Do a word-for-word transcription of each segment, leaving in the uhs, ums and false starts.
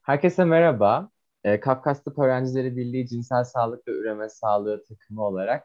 Herkese merhaba. E, Kafkas Tıp Öğrencileri Birliği Cinsel Sağlık ve Üreme Sağlığı takımı olarak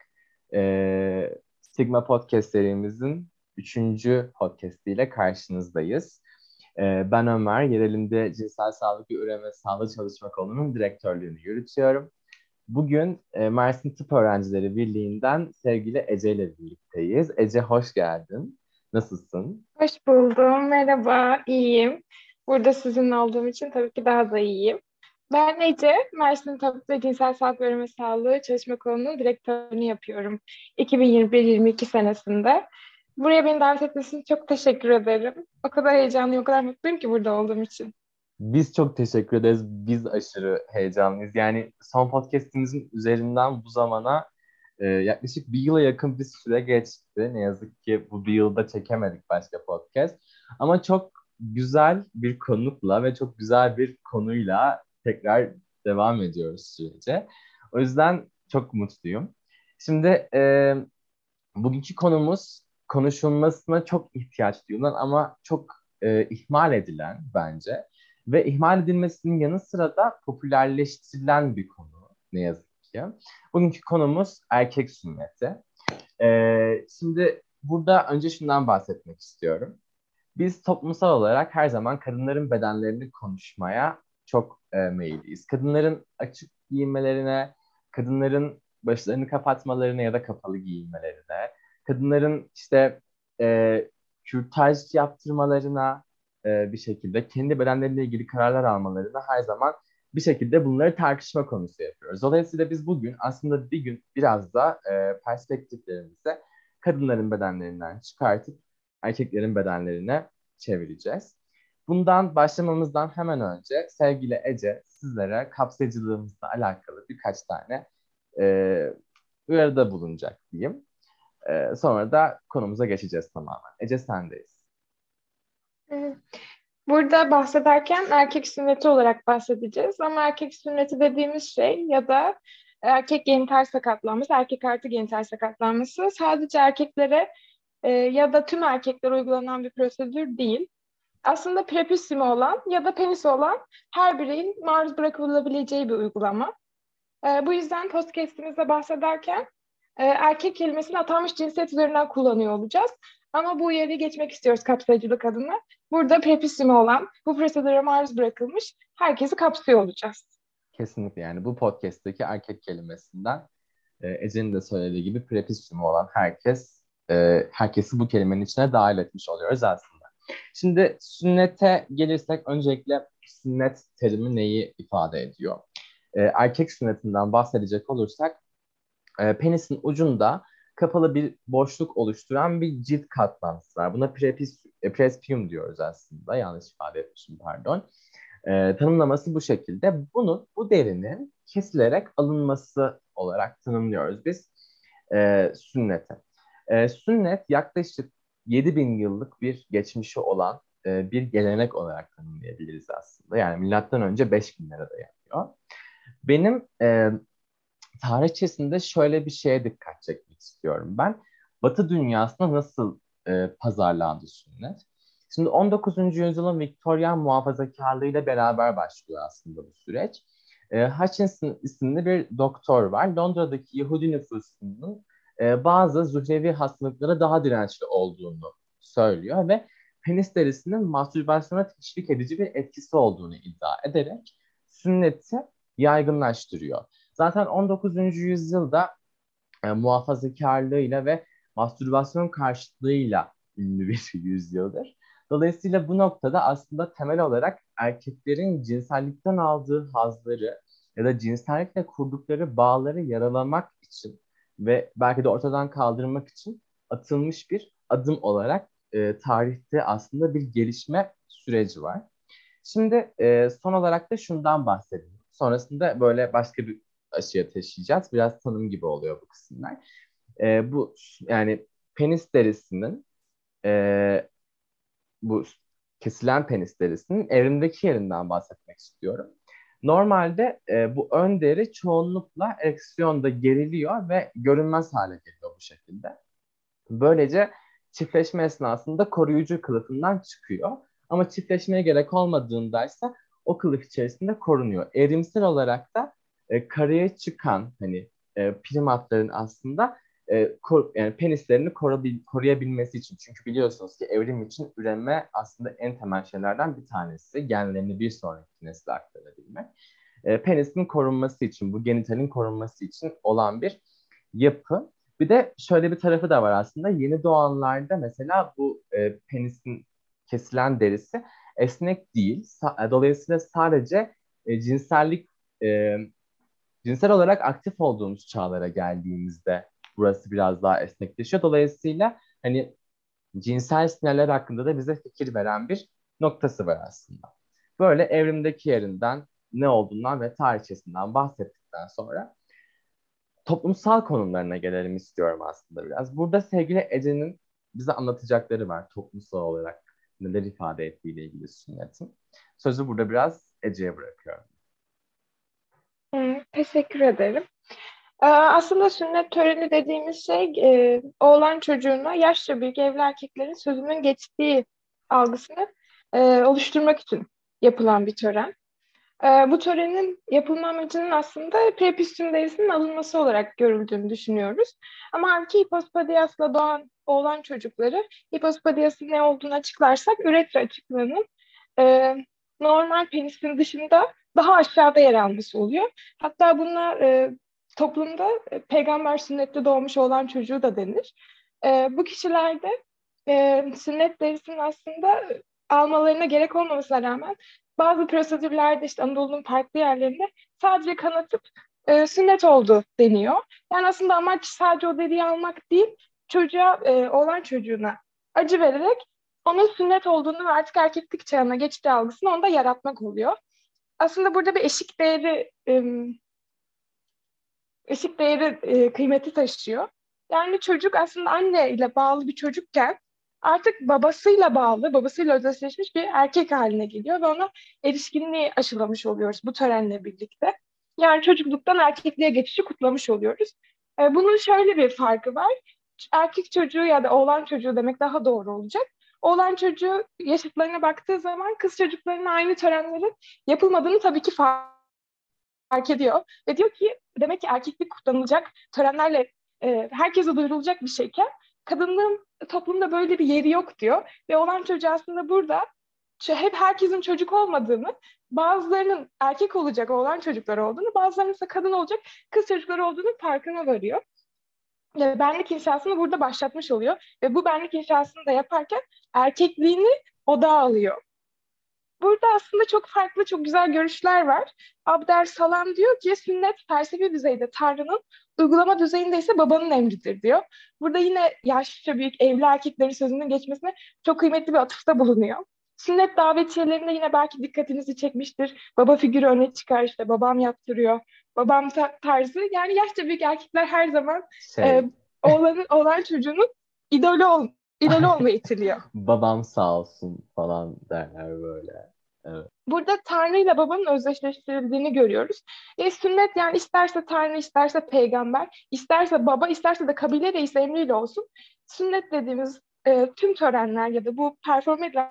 e, Stigma Podcast serimizin üçüncü podcastiyle karşınızdayız. E, ben Ömer, yerelinde Cinsel Sağlık ve Üreme Sağlığı Çalışma Kolu'nun direktörlüğünü yürütüyorum. Bugün e, Mersin Tıp Öğrencileri Birliği'nden sevgili Ece ile birlikteyiz. Ece hoş geldin. Nasılsın? Hoş buldum. Merhaba, iyiyim. Burada sizinle olduğum için tabii ki daha da iyiyim. Ben Ece, Mersin Tabip ve Cinsel Sağlık ve Üreme Sağlığı Çalışma Kolu'nun direktörünü yapıyorum iki bin yirmi bir yirmi iki senesinde. Buraya beni davet etmesi için çok teşekkür ederim. O kadar heyecanlıyım, o kadar mutluyum ki burada olduğum için. Biz çok teşekkür ederiz. Biz aşırı heyecanlıyız. Yani son podcastimizin üzerinden bu zamana e, yaklaşık bir yıla yakın bir süre geçti. Ne yazık ki bu bir yılda çekemedik başka podcast. Ama çok güzel bir konukla ve çok güzel bir konuyla tekrar devam ediyoruz sürece. O yüzden çok mutluyum. Şimdi e, bugünkü konumuz konuşulmasına çok ihtiyaç duyulan ama çok e, ihmal edilen bence. Ve ihmal edilmesinin yanı sıra da popülerleştirilen bir konu ne yazık ki. Bugünkü konumuz erkek sünneti. E, şimdi burada önce şundan bahsetmek istiyorum. Biz toplumsal olarak her zaman kadınların bedenlerini konuşmaya çok e, meyilliyiz. Kadınların açık giyinmelerine, kadınların başlarını kapatmalarına ya da kapalı giyinmelerine, kadınların işte e, kürtaj yaptırmalarına e, bir şekilde kendi bedenleriyle ilgili kararlar almalarına her zaman bir şekilde bunları tartışma konusu yapıyoruz. Dolayısıyla biz bugün aslında bir gün biraz da e, perspektiflerimizi kadınların bedenlerinden çıkartıp erkeklerin bedenlerine çevireceğiz. Bundan başlamamızdan hemen önce sevgili Ece sizlere kapsayıcılığımızla alakalı birkaç tane e, uyarıda bulunacak diyeyim. E, sonra da konumuza geçeceğiz tamamen. Ece sendeyiz. Ee, Burada bahsederken erkek sünneti olarak bahsedeceğiz. Ama erkek sünneti dediğimiz şey ya da erkek genital sakatlanması, erkek artı genital sakatlanması sadece erkeklere e, ya da tüm erkeklere uygulanan bir prosedür değil. Aslında prepusyumu olan ya da penisi olan her bireyin maruz bırakılabileceği bir uygulama. E, bu yüzden podcast'imizde bahsederken e, erkek kelimesini atanmış cinsiyet üzerinden kullanıyor olacağız. Ama bu uyarıyı geçmek istiyoruz kapsayıcılık adına. Burada prepusyumu olan, bu prosedüre maruz bırakılmış herkesi kapsıyor olacağız. Kesinlikle yani bu podcast'teki erkek kelimesinden e, Ece'nin de söylediği gibi prepusyumu olan herkes e, herkesi bu kelimenin içine dahil etmiş oluyoruz aslında. Şimdi sünnete gelirsek öncelikle sünnet terimi neyi ifade ediyor? E, erkek sünnetinden bahsedecek olursak e, penisin ucunda kapalı bir boşluk oluşturan bir cilt katlantısı var. Buna prepis, e, presbium diyoruz aslında. Yanlış ifade etmişim pardon. E, tanımlaması bu şekilde. Bunun, bu derinin kesilerek alınması olarak tanımlıyoruz biz e, sünnete. E, sünnet yaklaşık yedi bin yıllık bir geçmişi olan e, bir gelenek olarak tanımlayabiliriz aslında. Yani milattan önce beş binlere dayanıyor. Benim e, tarihçesinde şöyle bir şeye dikkat çekmek istiyorum ben. Batı dünyasında nasıl e, pazarlandı sünnet? Şimdi on dokuzuncu yüzyılın Victorian muhafazakarlığıyla beraber başlıyor aslında bu süreç. E, Hutchinson isimli bir doktor var. Londra'daki Yahudi nüfusunun e, bazı zuhrevi hastalıklara daha dirençli olduğunu söylüyor ve penis derisinin mastürbasyona teşvik edici bir etkisi olduğunu iddia ederek sünneti yaygınlaştırıyor. Zaten on dokuzuncu yüzyılda e, muhafazakarlığıyla ve mastürbasyon karşıtlığıyla ünlü bir yüzyıldır. Dolayısıyla bu noktada aslında temel olarak erkeklerin cinsellikten aldığı hazları ya da cinsellikle kurdukları bağları yaralamak için ve belki de ortadan kaldırmak için atılmış bir adım olarak e, tarihte aslında bir gelişme süreci var. Şimdi e, son olarak da şundan bahsedelim. Sonrasında böyle başka bir aşıya taşıyacağız. Biraz tanım gibi oluyor bu kısımlar. E, bu yani penis derisinin e, bu kesilen penis derisinin evrimdeki yerinden bahsetmek istiyorum. Normalde e, bu ön deri çoğunlukla ereksiyonda geriliyor ve görünmez hale geliyor bu şekilde. Böylece çiftleşme esnasında koruyucu kılıfından çıkıyor. Ama çiftleşmeye gerek olmadığında ise o kılıf içerisinde korunuyor. Evrimsel olarak da e, karaya çıkan hani e, primatların aslında e, kor, yani penislerini koruyabil, koruyabilmesi için. Çünkü biliyorsunuz ki evrim için üreme aslında en temel şeylerden bir tanesi. Genlerini bir sonraki nesile aktarabilmek. E, penisin korunması için, bu genitalin korunması için olan bir yapı. Bir de şöyle bir tarafı da var aslında. Yeni doğanlarda mesela bu e, penisin kesilen derisi esnek değil. Sa- dolayısıyla sadece e, cinsellik e, cinsel olarak aktif olduğumuz çağlara geldiğimizde burası biraz daha esnekleşiyor. Dolayısıyla hani cinsel sinyaller hakkında da bize fikir veren bir noktası var aslında. Böyle evrimdeki yerinden, ne olduğundan ve tarihçesinden bahsettikten sonra toplumsal konumlarına gelelim istiyorum aslında biraz. Burada sevgili Ece'nin bize anlatacakları var toplumsal olarak neler ifade ettiğiyle ilgili sünnetin. Sözü burada biraz Ece'ye bırakıyorum. Hı, teşekkür ederim. Ee, Aslında sünnet töreni dediğimiz şey e, oğlan çocuğuna yaşça büyük evli erkeklerin sözünün geçtiği algısını e, oluşturmak için yapılan bir tören. E, bu törenin yapılma amacının aslında prepusyum derisinin alınması olarak görüldüğünü düşünüyoruz. Ama halbuki hipospadiasla doğan oğlan çocukları, hipospadiasın ne olduğunu açıklarsak üretra açıklığının e, normal penisin dışında daha aşağıda yer alması oluyor. Hatta bunlar e, toplumda e, peygamber sünnette doğmuş olan çocuğu da denir. E, bu kişilerde e, sünnet derisinin aslında almalarına gerek olmamasına rağmen bazı prosedürlerde işte Anadolu'nun farklı yerlerinde sadece kanatıp e, sünnet oldu deniyor. Yani aslında amaç sadece o deriyi almak değil, çocuğa, e, oğlan çocuğuna acı vererek onun sünnet olduğunu ve artık erkeklik çağına geçtiği algısını onda yaratmak oluyor. Aslında burada bir eşik değeri e, eşik değeri e, kıymeti taşıyor. Yani çocuk aslında anne ile bağlı bir çocukken artık babasıyla bağlı, babasıyla özdeşleşmiş bir erkek haline geliyor ve ona erişkinliği aşılamış oluyoruz bu törenle birlikte. Yani çocukluktan erkekliğe geçişi kutlamış oluyoruz. E, bunun şöyle bir farkı var. Erkek çocuğu ya da oğlan çocuğu demek daha doğru olacak. Oğlan çocuğu yaşıtlarına baktığı zaman kız çocuklarının aynı törenlerin yapılmadığını tabii ki fark fark ediyor. Ve diyor ki demek ki erkeklik kutlanılacak törenlerle e, herkese duyurulacak bir şeyken kadınlığın toplumda böyle bir yeri yok diyor. Ve olan çocuğu aslında burada şu, hep herkesin çocuk olmadığını, bazılarının erkek olacak olan çocuklar olduğunu, bazılarının ise kadın olacak kız çocukları olduğunu farkına varıyor. Ve benlik inşasını burada başlatmış oluyor. Ve bu benlik inşasını da yaparken erkekliğini odağa alıyor. Burada aslında çok farklı, çok güzel görüşler var. Abder Salam diyor ki sünnet felsefi düzeyde Tanrı'nın, uygulama düzeyinde ise babanın emridir diyor. Burada yine yaşça büyük evli erkeklerin sözünün geçmesine çok kıymetli bir atıfta bulunuyor. Sünnet davetiyelerinde yine belki dikkatinizi çekmiştir. Baba figürü öne çıkar, işte babam yaptırıyor, babam ta- tarzı. Yani yaşça büyük erkekler her zaman e, Şey, oğlanın, oğlan çocuğunun idolü, ol, idolü olmaya itiliyor. babam sağ olsun falan derler böyle. Evet. Burada Tanrı ile babanın özdeşleştirildiğini görüyoruz. E, sünnet yani isterse Tanrı, isterse peygamber, isterse baba, isterse de kabile reisi emriyle olsun. Sünnet dediğimiz e, tüm törenler ya da bu perform edilen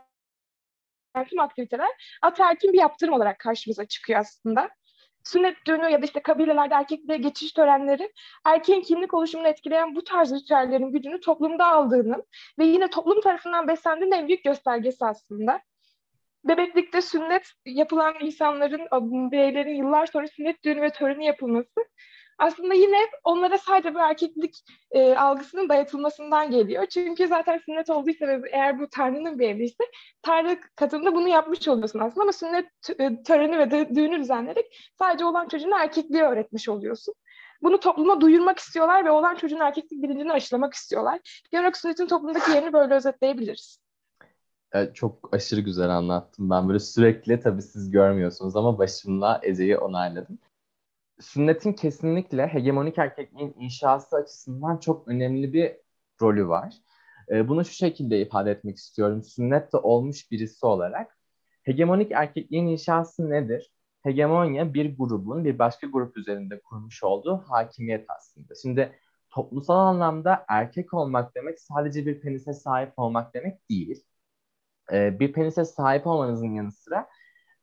tüm aktiviteler ataerkil bir yaptırım olarak karşımıza çıkıyor aslında. Sünnet düğünü ya da işte kabilelerde erkekliğe geçiş törenleri erkeğin kimlik oluşumunu etkileyen bu tarz ritüellerin gücünü toplumda aldığının ve yine toplum tarafından beslendiğinin en büyük göstergesi aslında. Bebeklikte sünnet yapılan insanların, bireylerin yıllar sonra sünnet düğünü ve töreni yapılması aslında yine onlara sadece bu erkeklik e, algısının dayatılmasından geliyor. Çünkü zaten sünnet olduysa ve eğer bu Tanrı'nın bir emriyse Tanrı katında bunu yapmış oluyorsun aslında ama sünnet e, töreni ve dü- düğünü düzenleyerek sadece olan çocuğuna erkekliği öğretmiş oluyorsun. Bunu topluma duyurmak istiyorlar ve olan çocuğun erkeklik bilincini aşılamak istiyorlar. Genel olarak sünnetin toplumdaki yerini böyle özetleyebiliriz. Evet, çok aşırı güzel anlattım. Ben böyle sürekli tabii siz görmüyorsunuz ama başımla Ece'yi onayladım. Sünnetin kesinlikle hegemonik erkekliğin inşası açısından çok önemli bir rolü var. Ee, bunu şu şekilde ifade etmek istiyorum. Sünnette olmuş birisi olarak hegemonik erkekliğin inşası nedir? Hegemonya bir grubun bir başka grup üzerinde kurmuş olduğu hakimiyet aslında. Şimdi toplumsal anlamda erkek olmak demek sadece bir penise sahip olmak demek değil. Ee, bir penise sahip olmanızın yanı sıra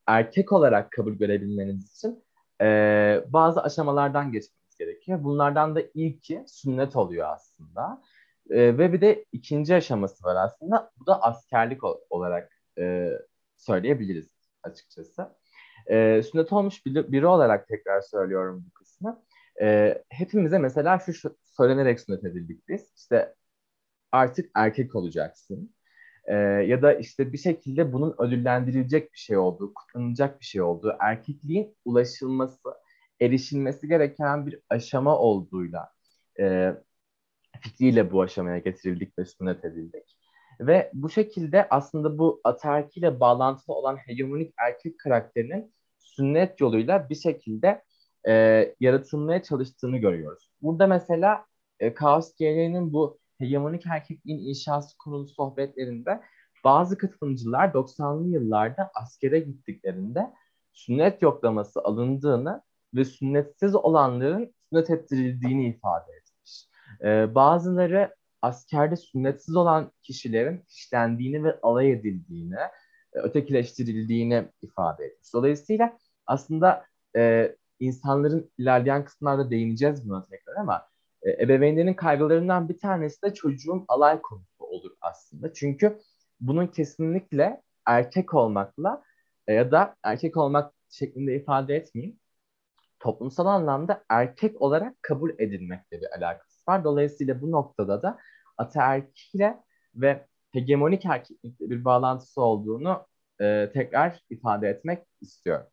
erkek olarak kabul görebilmeniz için e, bazı aşamalardan geçmeniz gerekiyor. Bunlardan da ilki sünnet oluyor aslında. E, ve bir de ikinci aşaması var aslında. Bu da askerlik o- olarak e, söyleyebiliriz açıkçası. E, sünnet olmuş biri, biri olarak tekrar söylüyorum bu kısmı. E, hepimize mesela şu, şu söylenerek sünnet edildik biz. İşte artık erkek olacaksın. Ee, ya da işte bir şekilde bunun ödüllendirilecek bir şey olduğu, kutlanacak bir şey olduğu, erkekliğin ulaşılması, erişilmesi gereken bir aşama olduğuyla e, fikriyle bu aşamaya getirildik ve sünnet edildik. Ve bu şekilde aslında bu ataerkiyle bağlantılı olan hegemonik erkek karakterinin sünnet yoluyla bir şekilde e, yaratılmaya çalıştığını görüyoruz. Burada mesela e, Kaos G L'nin bu hegemonik erkekliğin inşası konulu sohbetlerinde bazı katılımcılar doksanlı yıllarda askere gittiklerinde sünnet yoklaması alındığını ve sünnetsiz olanların sünnet ettirildiğini ifade etmiş. Ee, bazıları askerde sünnetsiz olan kişilerin fişlendiğini ve alay edildiğini, e, ötekileştirildiğini ifade etmiş. Dolayısıyla aslında e, insanların ilerleyen kısımlarda değineceğiz buna tekrar ama e, ebeveynlerin kaygılarından bir tanesi de çocuğun alay konusu olur aslında. Çünkü bunun kesinlikle erkek olmakla e, ya da erkek olmak şeklinde ifade etmeyeyim, toplumsal anlamda erkek olarak kabul edilmekle bir alakası var. Dolayısıyla bu noktada da ataerkiyle ve hegemonik erkeklikle bir bağlantısı olduğunu e, tekrar ifade etmek istiyorum.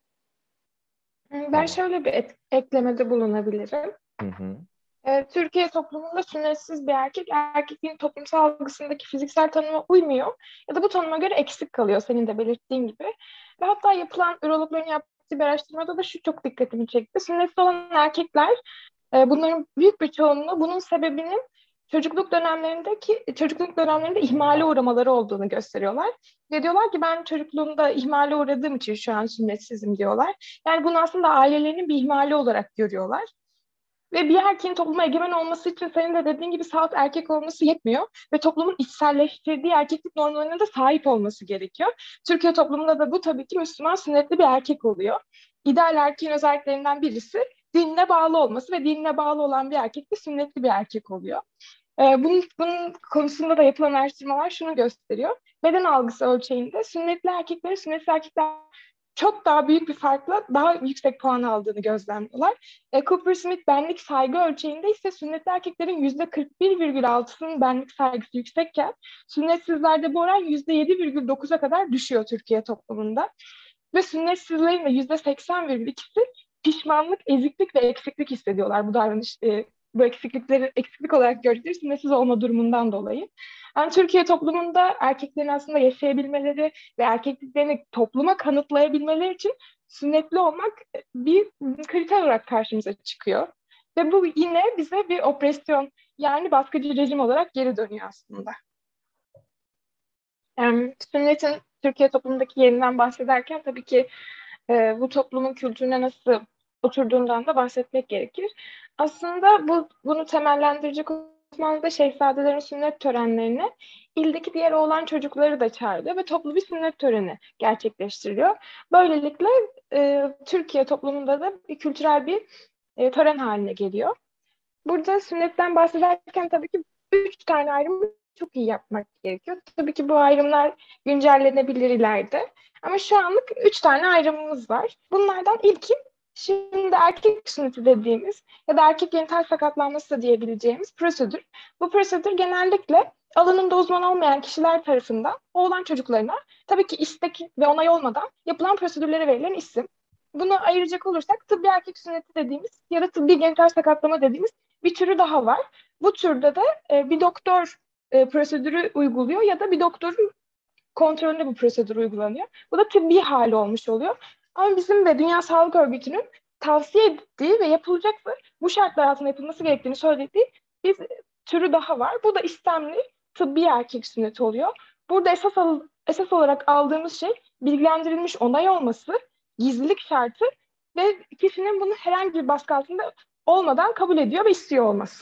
Ben şöyle bir et- eklemede bulunabilirim. Hı hı. Ee, Türkiye toplumunda sünnetsiz bir erkek, erkekliğin toplumsal algısındaki fiziksel tanıma uymuyor ya da bu tanıma göre eksik kalıyor senin de belirttiğin gibi. Ve hatta yapılan ürologların yaptığı bir araştırmada da şu çok dikkatimi çekti. Sünnetsiz olan erkekler, e, bunların büyük bir çoğunluğu bunun sebebinin çocukluk dönemlerindeki çocukluk dönemlerinde ihmale uğramaları olduğunu gösteriyorlar. Ve diyorlar ki ben çocukluğumda ihmale uğradığım için şu an sünnetsizim diyorlar. Yani bunu aslında ailelerinin bir ihmali olarak görüyorlar. Ve bir erkeğin topluma egemen olması için senin de dediğin gibi salt erkek olması yetmiyor. Ve toplumun içselleştirdiği erkeklik normlarına da sahip olması gerekiyor. Türkiye toplumunda da bu tabii ki Müslüman sünnetli bir erkek oluyor. İdeal erkeğin özelliklerinden birisi dinine bağlı olması ve dinine bağlı olan bir erkek de sünnetli bir erkek oluyor. Ee, bunun, bunun konusunda da yapılan araştırmalar şunu gösteriyor. Beden algısı ölçeğinde sünnetli erkeklerin sünnetsiz erkekler çok daha büyük bir farkla daha yüksek puan aldığını gözlemliyorlar. E, Cooper Smith benlik saygı ölçeğinde ise sünnetli erkeklerin yüzde kırk bir virgül altısının benlik saygısı yüksekken sünnetsizlerde bu oran yüzde yedi virgül dokuza kadar düşüyor Türkiye toplumunda. Ve sünnetsizlerin de yüzde seksen virgül ikisi pişmanlık, eziklik ve eksiklik hissediyorlar bu davranış, e, bu eksiklikleri eksiklik olarak gördükleri sünnetsiz olma durumundan dolayı. Yani Türkiye toplumunda erkeklerin aslında yaşayabilmeleri ve erkekliklerini topluma kanıtlayabilmeleri için sünnetli olmak bir kriter olarak karşımıza çıkıyor. Ve bu yine bize bir opresyon, yani baskıcı rejim olarak geri dönüyor aslında. Yani sünnetin Türkiye toplumundaki yerinden bahsederken tabii ki e, bu toplumun kültürüne nasıl oturduğundan da bahsetmek gerekir. Aslında bu bunu temellendirecek Osmanlı'da şehzadelerin sünnet törenlerine ildeki diğer oğlan çocukları da çağırıyor ve toplu bir sünnet töreni gerçekleştiriyor. Böylelikle e, Türkiye toplumunda da bir kültürel bir e, tören haline geliyor. Burada sünnetten bahsederken tabii ki üç tane ayrımı çok iyi yapmak gerekiyor. Tabii ki bu ayrımlar güncellenebilir ileride. Ama şu anlık üç tane ayrımımız var. Bunlardan ilki şimdi erkek sünneti dediğimiz ya da erkek genital sakatlanması da diyebileceğimiz prosedür. Bu prosedür genellikle alanında uzman olmayan kişiler tarafından oğlan çocuklarına tabii ki istek ve onay olmadan yapılan prosedürlere verilen isim. Bunu ayıracak olursak tıbbi erkek sünneti dediğimiz ya da tıbbi genital sakatlama dediğimiz bir türü daha var. Bu türde de e, bir doktor e, prosedürü uyguluyor ya da bir doktorun kontrolünde bu prosedür uygulanıyor. Bu da tıbbi hali olmuş oluyor. Ama bizim de Dünya Sağlık Örgütü'nün tavsiye ettiği ve yapılacaksa bu şartlar altında yapılması gerektiğini söylediği bir türü daha var. Bu da istemli tıbbi erkek sünneti oluyor. Burada esas, al- esas olarak aldığımız şey bilgilendirilmiş onay olması, gizlilik şartı ve kişinin bunu herhangi bir baskı altında olmadan kabul ediyor ve istiyor olması.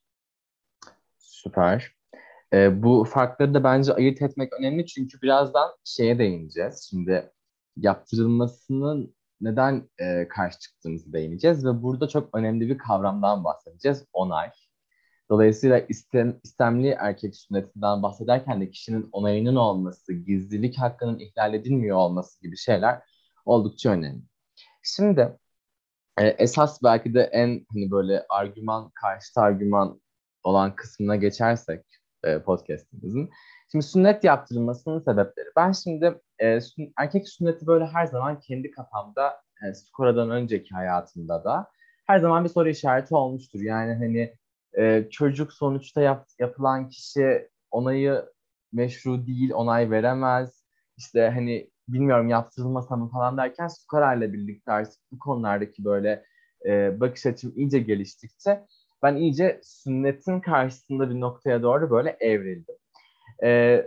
Süper. Ee, bu farkları da bence ayırt etmek önemli çünkü birazdan şeye değineceğiz. Şimdi yaptırılmasının neden e, karşı çıktığımızı değineceğiz ve burada çok önemli bir kavramdan bahsedeceğiz, onay. Dolayısıyla istem, istemli erkek sünnetinden bahsederken de kişinin onayının olması, gizlilik hakkının ihlal edilmiyor olması gibi şeyler oldukça önemli. Şimdi e, esas belki de en hani böyle argüman, karşıt argüman olan kısmına geçersek e, podcast'imizin. Şimdi sünnet yaptırılmasının sebepleri. Ben şimdi e, sün- erkek sünneti böyle her zaman kendi kafamda, e, Skora'dan önceki hayatımda da her zaman bir soru işareti olmuştur. Yani hani e, çocuk sonuçta yap, yapılan kişi onayı meşru değil, onay veremez. İşte hani bilmiyorum yaptırılmasa mı falan derken Skora ile birlikte artık bu konulardaki böyle e, bakış açım iyice geliştikçe ben iyice sünnetin karşısında bir noktaya doğru böyle evrildim. E,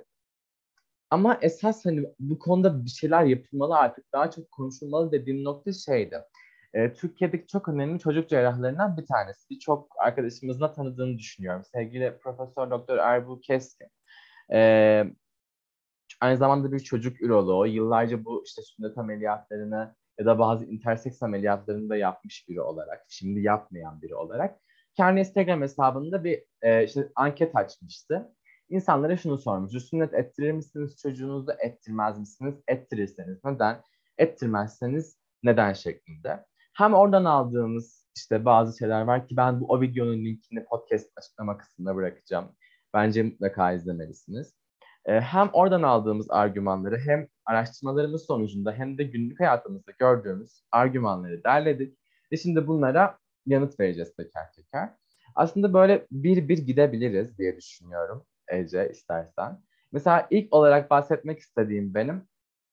Ama esas hani bu konuda bir şeyler yapılmalı, artık daha çok konuşulmalı dediğim nokta şeydi. E, Türkiye'deki çok önemli çocuk cerrahlarından bir tanesi. Birçok arkadaşımızın da tanıdığını düşünüyorum. Sevgili Profesör Doktor Erbu Keskin. E, Aynı zamanda bir çocuk üroloğu. Yıllarca bu işte sünnet ameliyatlarını ya da bazı interseks ameliyatlarını da yapmış biri olarak, şimdi yapmayan biri olarak kendi Instagram hesabında bir e, işte anket açmıştı. İnsanlara şunu sormuş: sünnet ettirir misiniz çocuğunuzu, ettirmez misiniz? Ettirirseniz neden? Ettirmezseniz neden şeklinde. Hem oradan aldığımız işte bazı şeyler var ki ben bu o videonun linkini podcast açıklama kısmına bırakacağım. Bence mutlaka izlemelisiniz. E, hem oradan aldığımız argümanları hem araştırmalarımız sonucunda hem de günlük hayatımızda gördüğümüz argümanları derledik. Ve şimdi bunlara yanıt vereceğiz teker teker. Aslında böyle bir bir gidebiliriz diye düşünüyorum Ece, istersen. Mesela ilk olarak bahsetmek istediğim benim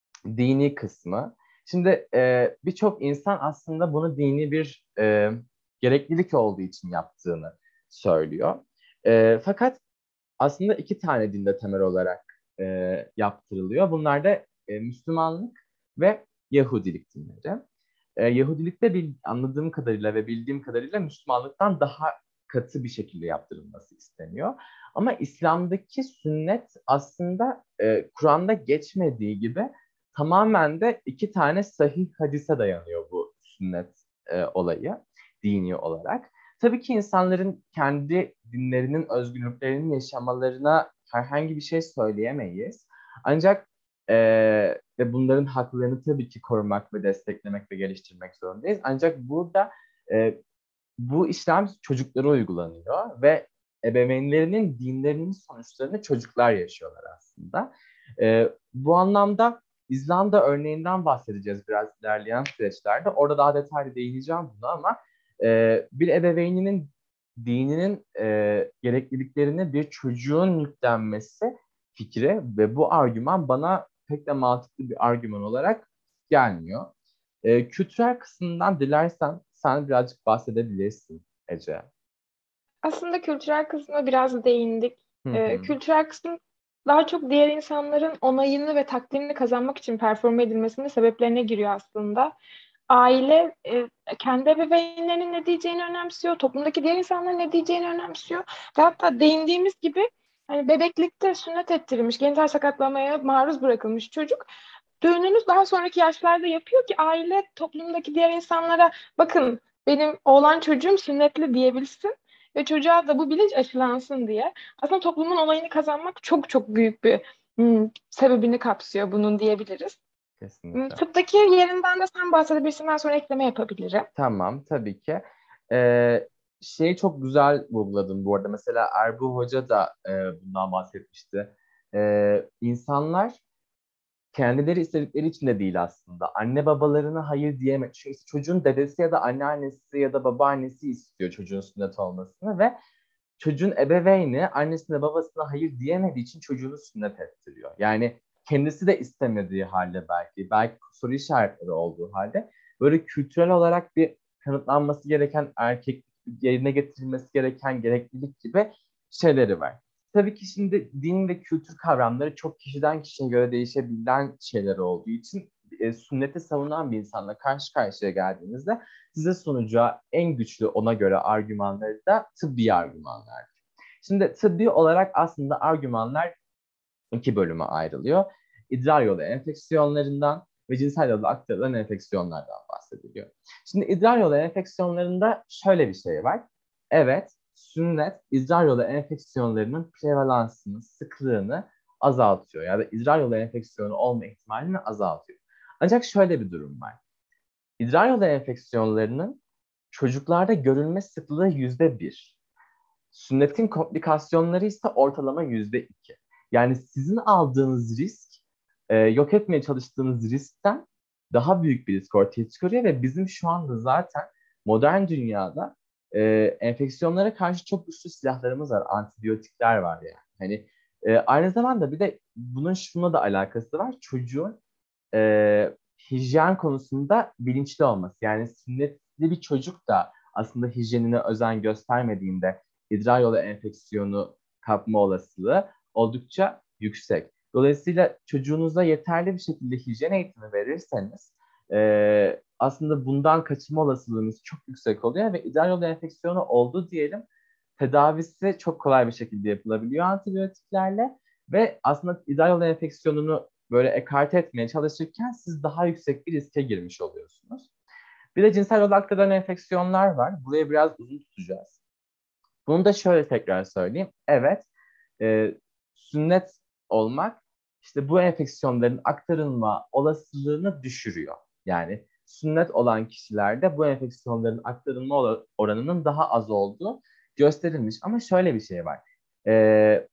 dini kısmı. Şimdi e, birçok insan aslında bunu dini bir e, gereklilik olduğu için yaptığını söylüyor. E, fakat aslında iki tane dinde temel olarak e, yaptırılıyor. Bunlar da e, Müslümanlık ve Yahudilik dinleri. E, Yahudilikte bil, anladığım kadarıyla ve bildiğim kadarıyla Müslümanlıktan daha katı bir şekilde yaptırılması isteniyor. Ama İslam'daki sünnet aslında e, Kur'an'da geçmediği gibi tamamen de iki tane sahih hadise dayanıyor bu sünnet e, olayı dini olarak. Tabii ki insanların kendi dinlerinin özgürlüklerini yaşamalarına herhangi bir şey söyleyemeyiz. Ancak eee, ve bunların haklarını tabii ki korumak ve desteklemek ve geliştirmek zorundayız. Ancak burada eee, bu işlem çocuklara uygulanıyor ve ebeveynlerinin dinlerinin sonuçlarını çocuklar yaşıyorlar aslında. Eee, bu anlamda İzlanda örneğinden bahsedeceğiz biraz ilerleyen süreçlerde. Orada daha detaylı değineceğim buna ama e, bir ebeveyninin dininin e, gerekliliklerini bir çocuğun yüklenmesi fikri ve bu argüman bana pek de mantıklı bir argüman olarak gelmiyor. E, kültürel kısmından dilersen sen birazcık bahsedebilirsin Ece. Aslında kültürel kısmına biraz değindik. Hı Ee, hı. kültürel kısım daha çok diğer insanların onayını ve takdirini kazanmak için performe edilmesinin sebeplerine giriyor aslında. Aile e, kendi ebeveynlerinin ne diyeceğini önemsiyor, toplumdaki diğer insanların ne diyeceğini önemsiyor. Ve hatta değindiğimiz gibi hani bebeklikte sünnet ettirilmiş, genital sakatlamaya maruz bırakılmış çocuk düğününü daha sonraki yaşlarda yapıyor ki aile toplumdaki diğer insanlara bakın benim oğlan çocuğum sünnetli diyebilsin ve çocuğa da bu bilinç aşılansın diye. Aslında toplumun onayını kazanmak çok çok büyük bir hmm, sebebini kapsıyor bunun diyebiliriz. Hmm, Kesinlikle. tıptaki yerinden de sen bahsedebilirsin. Ben sonra ekleme yapabilirim. Tamam, tabii ki. Ee, Şeyi çok güzel vurguladın bu arada. Mesela Erbu Hoca da e, bundan bahsetmişti. Ee, insanlar kendileri istedikleri için de değil aslında. Anne babalarına hayır diyemez. Çünkü çocuğun dedesi ya da anneannesi ya da babaannesi istiyor çocuğun sünnet olmasını ve çocuğun ebeveyni annesine babasına hayır diyemediği için çocuğunu sünnet ettiriyor. Yani kendisi de istemediği halde belki, belki soru işaretleri olduğu halde böyle kültürel olarak bir kanıtlanması gereken erkek yerine getirilmesi gereken gereklilik gibi şeyleri var. Tabii ki şimdi din ve kültür kavramları çok kişiden kişiye göre değişebilen şeyler olduğu için e, sünneti savunan bir insanla karşı karşıya geldiğinizde size sunacağı en güçlü ona göre argümanları da tıbbi argümanlar. Şimdi tıbbi olarak aslında argümanlar iki bölüme ayrılıyor. İdrar yolu enfeksiyonlarından ve cinsel yolla aktarılan enfeksiyonlardan bahsediliyor. Şimdi idrar yolu enfeksiyonlarında şöyle bir şey var. Evet, sünnet idrar yolu enfeksiyonlarının prevalansını, sıklığını azaltıyor ya da idrar yolu enfeksiyonu olma ihtimalini azaltıyor. Ancak şöyle bir durum var. İdrar yolu enfeksiyonlarının çocuklarda görülme sıklığı yüzde bir. Sünnetin komplikasyonları ise ortalama yüzde iki. Yani sizin aldığınız risk, e, yok etmeye çalıştığınız riskten daha büyük bir risk ortaya çıkarıyor ve bizim şu anda zaten modern dünyada e, enfeksiyonlara karşı çok güçlü silahlarımız var. Antibiyotikler var yani. Hani e, aynı zamanda bir de bunun şununla da alakası var. Çocuğun e, hijyen konusunda bilinçli olması. Yani sünnetli bir çocuk da aslında hijyenine özen göstermediğinde idrar yolu enfeksiyonu kapma olasılığı oldukça yüksek. Dolayısıyla çocuğunuza yeterli bir şekilde hijyen eğitimi verirseniz e, aslında bundan kaçınma olasılığınız çok yüksek oluyor ve idrar yolu enfeksiyonu oldu diyelim, tedavisi çok kolay bir şekilde yapılabiliyor antibiyotiklerle ve aslında idrar yolu enfeksiyonunu böyle ekarte etmeye çalışırken siz daha yüksek bir riske girmiş oluyorsunuz. Bir de cinsel yolda aktaran enfeksiyonlar var. Burayı biraz uzun tutacağız. Bunu da şöyle tekrar söyleyeyim. Evet, e, sünnet olmak işte bu enfeksiyonların aktarılma olasılığını düşürüyor. Yani sünnet olan kişilerde bu enfeksiyonların aktarılma oranının daha az olduğu gösterilmiş. Ama şöyle bir şey var. E,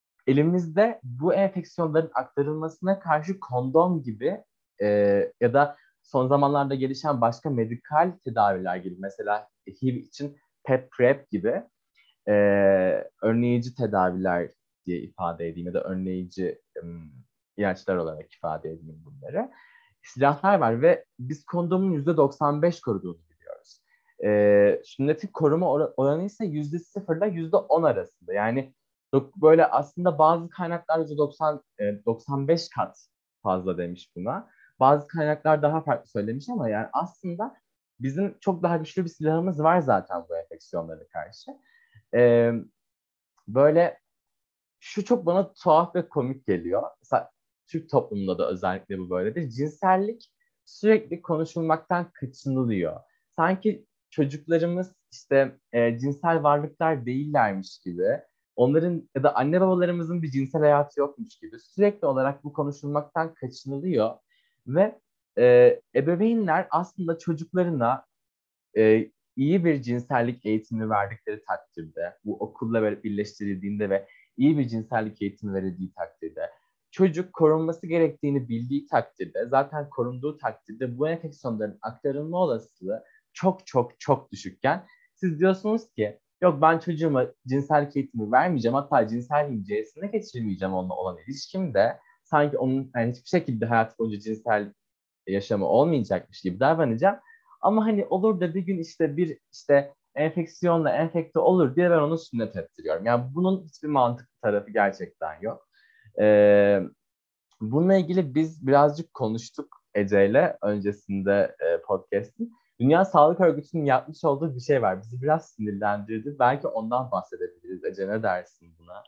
elimizde bu enfeksiyonların aktarılmasına karşı kondom gibi e, ya da son zamanlarda gelişen başka medikal tedaviler gibi, mesela H I V için PEP PrEP gibi e, önleyici tedaviler diye ifade edeyim ya da önleyici um, ilaçlar olarak ifade edeyim bunları. Silahlar var ve biz kondomun yüzde doksan beş koruduğunu biliyoruz. E, sünnetin koruma or- oranı ise yüzde sıfır ile yüzde on arasında. Yani böyle aslında bazı kaynaklar yüzde doksan, doksan beş kat fazla demiş buna. Bazı kaynaklar daha farklı söylemiş ama yani aslında bizim çok daha güçlü bir silahımız var zaten bu enfeksiyonlara karşı. Ee, böyle şu çok bana tuhaf ve komik geliyor. Mesela Türk toplumunda da özellikle bu böyledir. Cinsellik sürekli konuşulmaktan kaçınılıyor. Sanki çocuklarımız işte e, cinsel varlıklar değillermiş gibi, onların ya da anne babalarımızın bir cinsel hayatı yokmuş gibi sürekli olarak bu konuşulmaktan kaçınılıyor ve e, ebeveynler aslında çocuklarına e, iyi bir cinsellik eğitimi verdikleri takdirde, bu okulla birleştirildiğinde ve iyi bir cinsellik eğitimi verildiği takdirde, çocuk korunması gerektiğini bildiği takdirde, zaten korunduğu takdirde bu enfeksiyonların aktarılma olasılığı çok çok çok düşükken siz diyorsunuz ki yok ben çocuğuma cinsellik eğitimi vermeyeceğim, hatta cinselliğin C'sine geçirmeyeceğim onunla olan ilişkimde, sanki onun yani hiçbir şekilde hayat boyunca cinsel yaşamı olmayacakmış gibi davranacağım. Ama hani olur da bir gün işte bir işte enfeksiyonla enfekte olur diye ben onu sünnet ettiriyorum. Yani bunun hiçbir mantıklı tarafı gerçekten yok. Ee, bununla ilgili biz birazcık konuştuk Ece'yle öncesinde e, podcast'in. Dünya Sağlık Örgütü'nün yapmış olduğu bir şey var. Bizi biraz sinirlendirdi. Belki ondan bahsedebiliriz. Ece, ne dersin buna?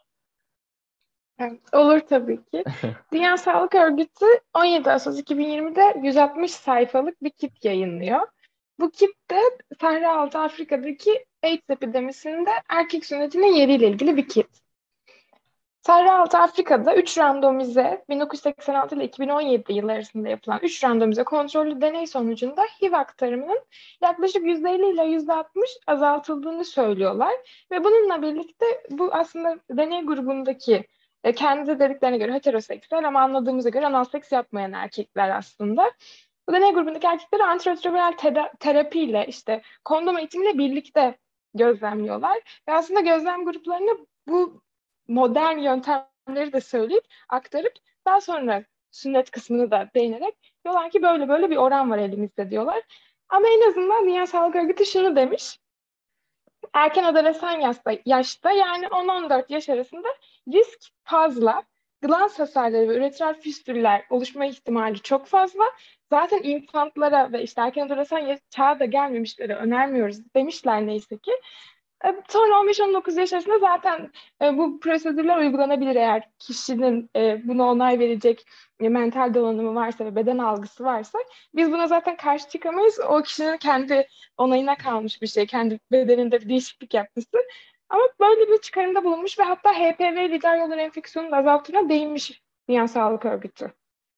Evet, olur tabii ki. Dünya Sağlık Örgütü on yedi Ağustos iki bin yirmide yüz altmış sayfalık bir kit yayınlıyor. Bu kit de Sahra-Altı Afrika'daki AIDS epidemisinde erkek sünnetinin yeriyle ilgili bir kit. Sahra-Altı Afrika'da üç randomize, bin dokuz yüz seksen altı ile iki bin on yedi yılları arasında yapılan üç randomize kontrollü deney sonucunda H I V aktarımının yaklaşık yüzde elli ile yüzde altmış azaltıldığını söylüyorlar. Ve bununla birlikte bu aslında deney grubundaki e, kendi dediklerine göre heteroseksüel ama anladığımıza göre anal seks yapmayan erkekler aslında. Bu deney grubundaki erkekleri antiretroviral teda- terapiyle işte kondom eğitimiyle birlikte gözlemliyorlar. Ve aslında gözlem gruplarına bu modern yöntemleri de söyleyip aktarıp daha sonra sünnet kısmını da değinerek diyorlar ki böyle böyle bir oran var elimizde diyorlar. Ama en azından Dünya Sağlık Örgütü şunu demiş. Erken adolesan yaşta, yaşta yani on on dört yaş arasında risk fazla. Glans hasarları ve üreter fistüller oluşma ihtimali çok fazla. Zaten infantlara ve işte erken adolesan çağa da gelmemişlere önermiyoruz demişler neyse ki. E, Sonra on beş on dokuz yaş arasında zaten e, bu prosedürler uygulanabilir eğer kişinin e, buna onay verecek e, mental donanımı varsa ve beden algısı varsa. Biz buna zaten karşı çıkamayız. O kişinin kendi onayına kalmış bir şey. Kendi bedeninde bir değişiklik yapması. Ama böyle bir çıkarımda bulunmuş ve hatta H P V lider yolları enfeksiyonunu azalttığına değinmiş Dünya Sağlık Örgütü.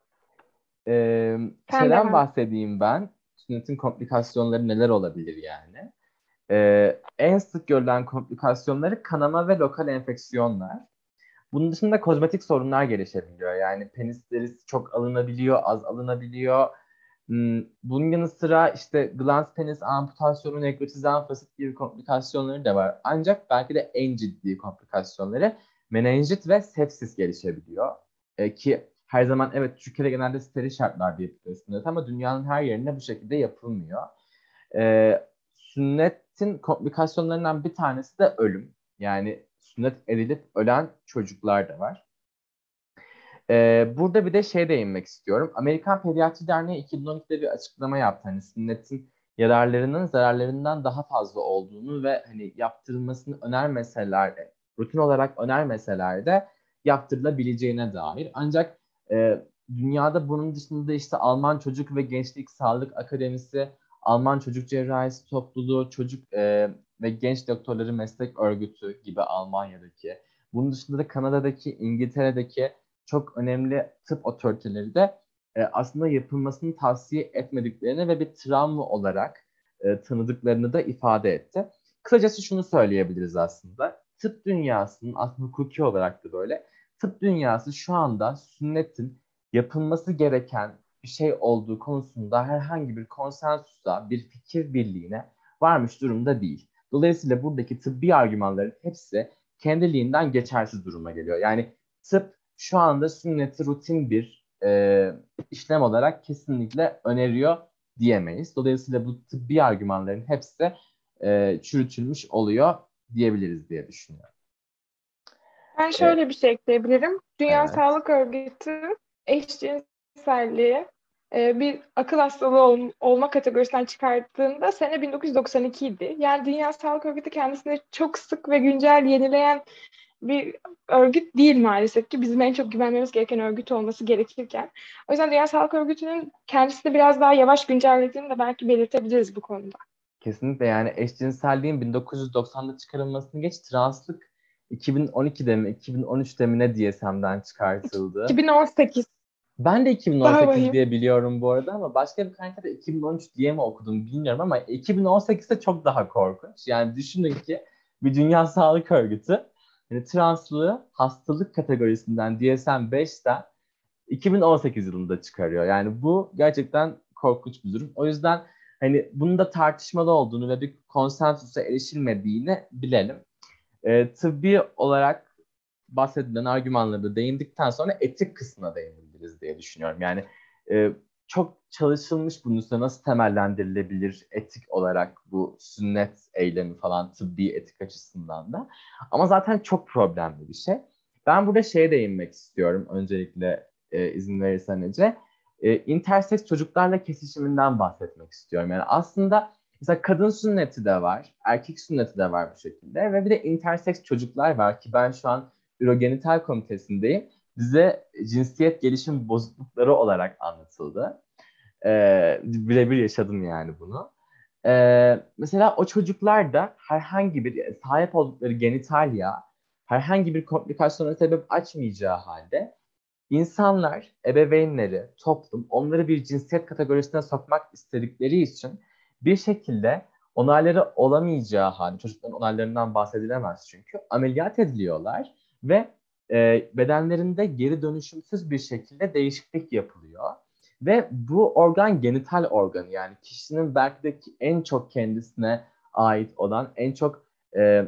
Ee, Sen şeyden devam. bahsedeyim ben. Sünnetin komplikasyonları neler olabilir yani? Ee, en sık görülen komplikasyonları kanama ve lokal enfeksiyonlar. Bunun dışında kozmetik sorunlar gelişebiliyor. Yani penis derisi çok alınabiliyor, az alınabiliyor. Hmm, Bunun yanı sıra işte glans penis amputasyonu, nekrotizan fasit gibi komplikasyonları da var. Ancak belki de en ciddi komplikasyonları menenjit ve sepsis gelişebiliyor. Ee, ki her zaman evet Türkiye'de genelde steril şartlarda yapılıyor sünnet ama dünyanın her yerinde bu şekilde yapılmıyor. Ee, Sünnetin komplikasyonlarından bir tanesi de ölüm. Yani sünnet edilip ölen çocuklar da var. Ee, burada bir de şey değinmek istiyorum. Amerikan Pediatri Derneği iki bin on ikide bir açıklama yaptı. Hani sünnetin yararlarının zararlarından daha fazla olduğunu ve hani yaptırılmasını önermeseler de, rutin olarak önermeseler de yaptırılabileceğine dair. Ancak e, dünyada bunun dışında işte Alman Çocuk ve Gençlik Sağlık Akademisi, Alman Çocuk Cerrahisi Topluluğu, Çocuk e, ve Genç Doktorları Meslek Örgütü gibi Almanya'daki, bunun dışında da Kanada'daki, İngiltere'deki çok önemli tıp otoriteleri de e, aslında yapılmasını tavsiye etmediklerini ve bir travma olarak e, tanıdıklarını da ifade etti. Kısacası şunu söyleyebiliriz aslında. Tıp dünyasının aslında hukuki olarak da böyle. Tıp dünyası şu anda sünnetin yapılması gereken bir şey olduğu konusunda herhangi bir konsensusa, bir fikir birliğine varmış durumda değil. Dolayısıyla buradaki tıbbi argümanların hepsi kendiliğinden geçersiz duruma geliyor. Yani tıp şu anda sünneti rutin bir e, işlem olarak kesinlikle öneriyor diyemeyiz. Dolayısıyla bu tıbbi argümanların hepsi e, çürütülmüş oluyor diyebiliriz diye düşünüyorum. Ben E, şöyle bir şey ekleyebilirim. Dünya evet. Sağlık Örgütü eşcinselliği e, bir akıl hastalığı ol- olma kategorisinden çıkarttığında sene bin dokuz yüz doksan iki idi. Yani Dünya Sağlık Örgütü kendisini çok sık ve güncel yenileyen bir örgüt değil maalesef ki. Bizim en çok güvenmemiz gereken örgüt olması gerekirken. O yüzden Dünya Sağlık Örgütü'nün kendisini biraz daha yavaş güncellediğini de belki belirtebiliriz bu konuda. Kesinlikle yani eşcinselliğin bin dokuz yüz doksanda çıkarılmasını geç translık iki bin on ikide mi iki bin on üçte mi ne D S M'den çıkartıldı. iki bin on sekiz Ben de daha iki bin on sekiz vahim. diye biliyorum bu arada ama başka bir kaynakta da iki bin on üç diye mi okudum bilmiyorum ama iki bin on sekizde çok daha korkunç. Yani düşünün ki bir Dünya Sağlık Örgütü yani translığı hastalık kategorisinden D S M beşten iki bin on sekiz yılında çıkarıyor. Yani bu gerçekten korkunç bir durum. O yüzden hani bunun da tartışmalı olduğunu ve bir konsensusa erişilmediğini bilelim. E, tıbbi olarak bahsedilen argümanları da değindikten sonra etik kısmına değinebiliriz diye düşünüyorum. Yani e, çok çalışılmış bunun üstüne nasıl temellendirilebilir etik olarak bu sünnet eylemi falan tıbbi etik açısından da. Ama zaten çok problemli bir şey. Ben burada şeye değinmek istiyorum öncelikle e, izin verirsen Ece. E, interseks çocuklarla kesişiminden bahsetmek istiyorum. Yani aslında mesela kadın sünneti de var, erkek sünneti de var bu şekilde ve bir de interseks çocuklar var ki ben şu an Ürogenital Komitesi'ndeyim. Bize cinsiyet gelişim bozuklukları olarak anlatıldı. Ee, birebir yaşadım yani bunu. Ee, mesela o çocuklar da herhangi bir sahip oldukları genitalya herhangi bir komplikasyona sebep açmayacağı halde İnsanlar, ebeveynleri, toplum onları bir cinsiyet kategorisine sokmak istedikleri için bir şekilde onayları olamayacağı halde, çocukların onaylarından bahsedilemez çünkü, ameliyat ediliyorlar ve e, bedenlerinde geri dönüşümsüz bir şekilde değişiklik yapılıyor. Ve bu organ genital organı yani kişinin belki de en çok kendisine ait olan, en çok e,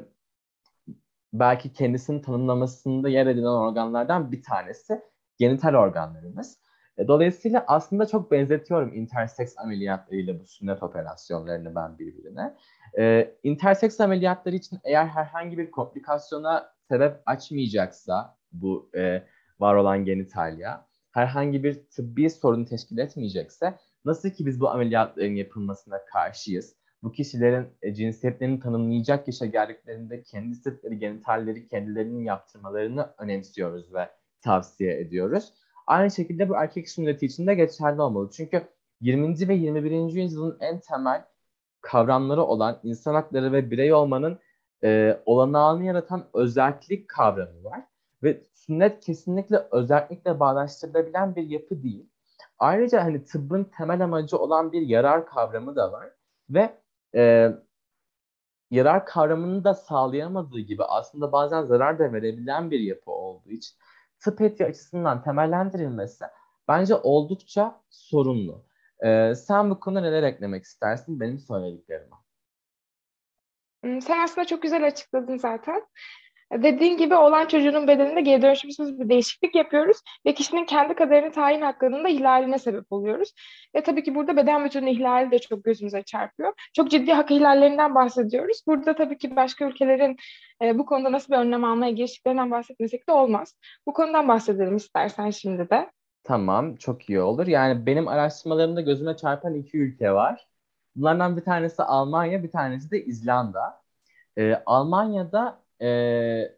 belki kendisini tanımlamasında yer edinen organlardan bir tanesi genital organlarımız. E, Dolayısıyla aslında çok benzetiyorum interseks ameliyatlarıyla bu sünnet operasyonlarını ben birbirine. E, interseks ameliyatları için eğer herhangi bir komplikasyona sebep açmayacaksa bu e, var olan genitalya, herhangi bir tıbbi sorun teşkil etmeyecekse nasıl ki biz bu ameliyatların yapılmasına karşıyız, bu kişilerin e, cinsiyetlerini tanımlayacak yaşa geldiklerinde kendi istedikleri genitalleri kendilerinin yaptırmalarını önemsiyoruz ve tavsiye ediyoruz. Aynı şekilde bu erkek sünneti için de geçerli olmalı. Çünkü yirminci ve yirmi birinci yüzyılın en temel kavramları olan insan hakları ve birey olmanın e, olanağını yaratan özellik kavramı var. Ve sünnet kesinlikle özellikle bağdaştırılabilen bir yapı değil. Ayrıca hani tıbbın temel amacı olan bir yarar kavramı da var. Ve e, yarar kavramını da sağlayamadığı gibi aslında bazen zarar da verebilen bir yapı olduğu için tıp etiği açısından temellendirilmesi bence oldukça sorunlu. Ee, sen bu konuda neler eklemek istersin benim söylediklerime? Sen aslında çok güzel açıkladın zaten. Dediğin gibi olan çocuğunun bedeninde geri dönüşümsüz bir değişiklik yapıyoruz ve kişinin kendi kaderini tayin hakkının da ihlaline sebep oluyoruz. Ve tabii ki burada beden bütünlüğü ihlali de çok gözümüze çarpıyor. Çok ciddi hak ihlallerinden bahsediyoruz. Burada tabii ki başka ülkelerin e, bu konuda nasıl bir önlem almaya giriştiklerinden bahsetmesek de olmaz. Bu konudan bahsedelim istersen şimdi de. Tamam, çok iyi olur. Yani benim araştırmalarımda gözüme çarpan iki ülke var. Bunlardan bir tanesi Almanya, bir tanesi de İzlanda. Ee, Almanya'da e,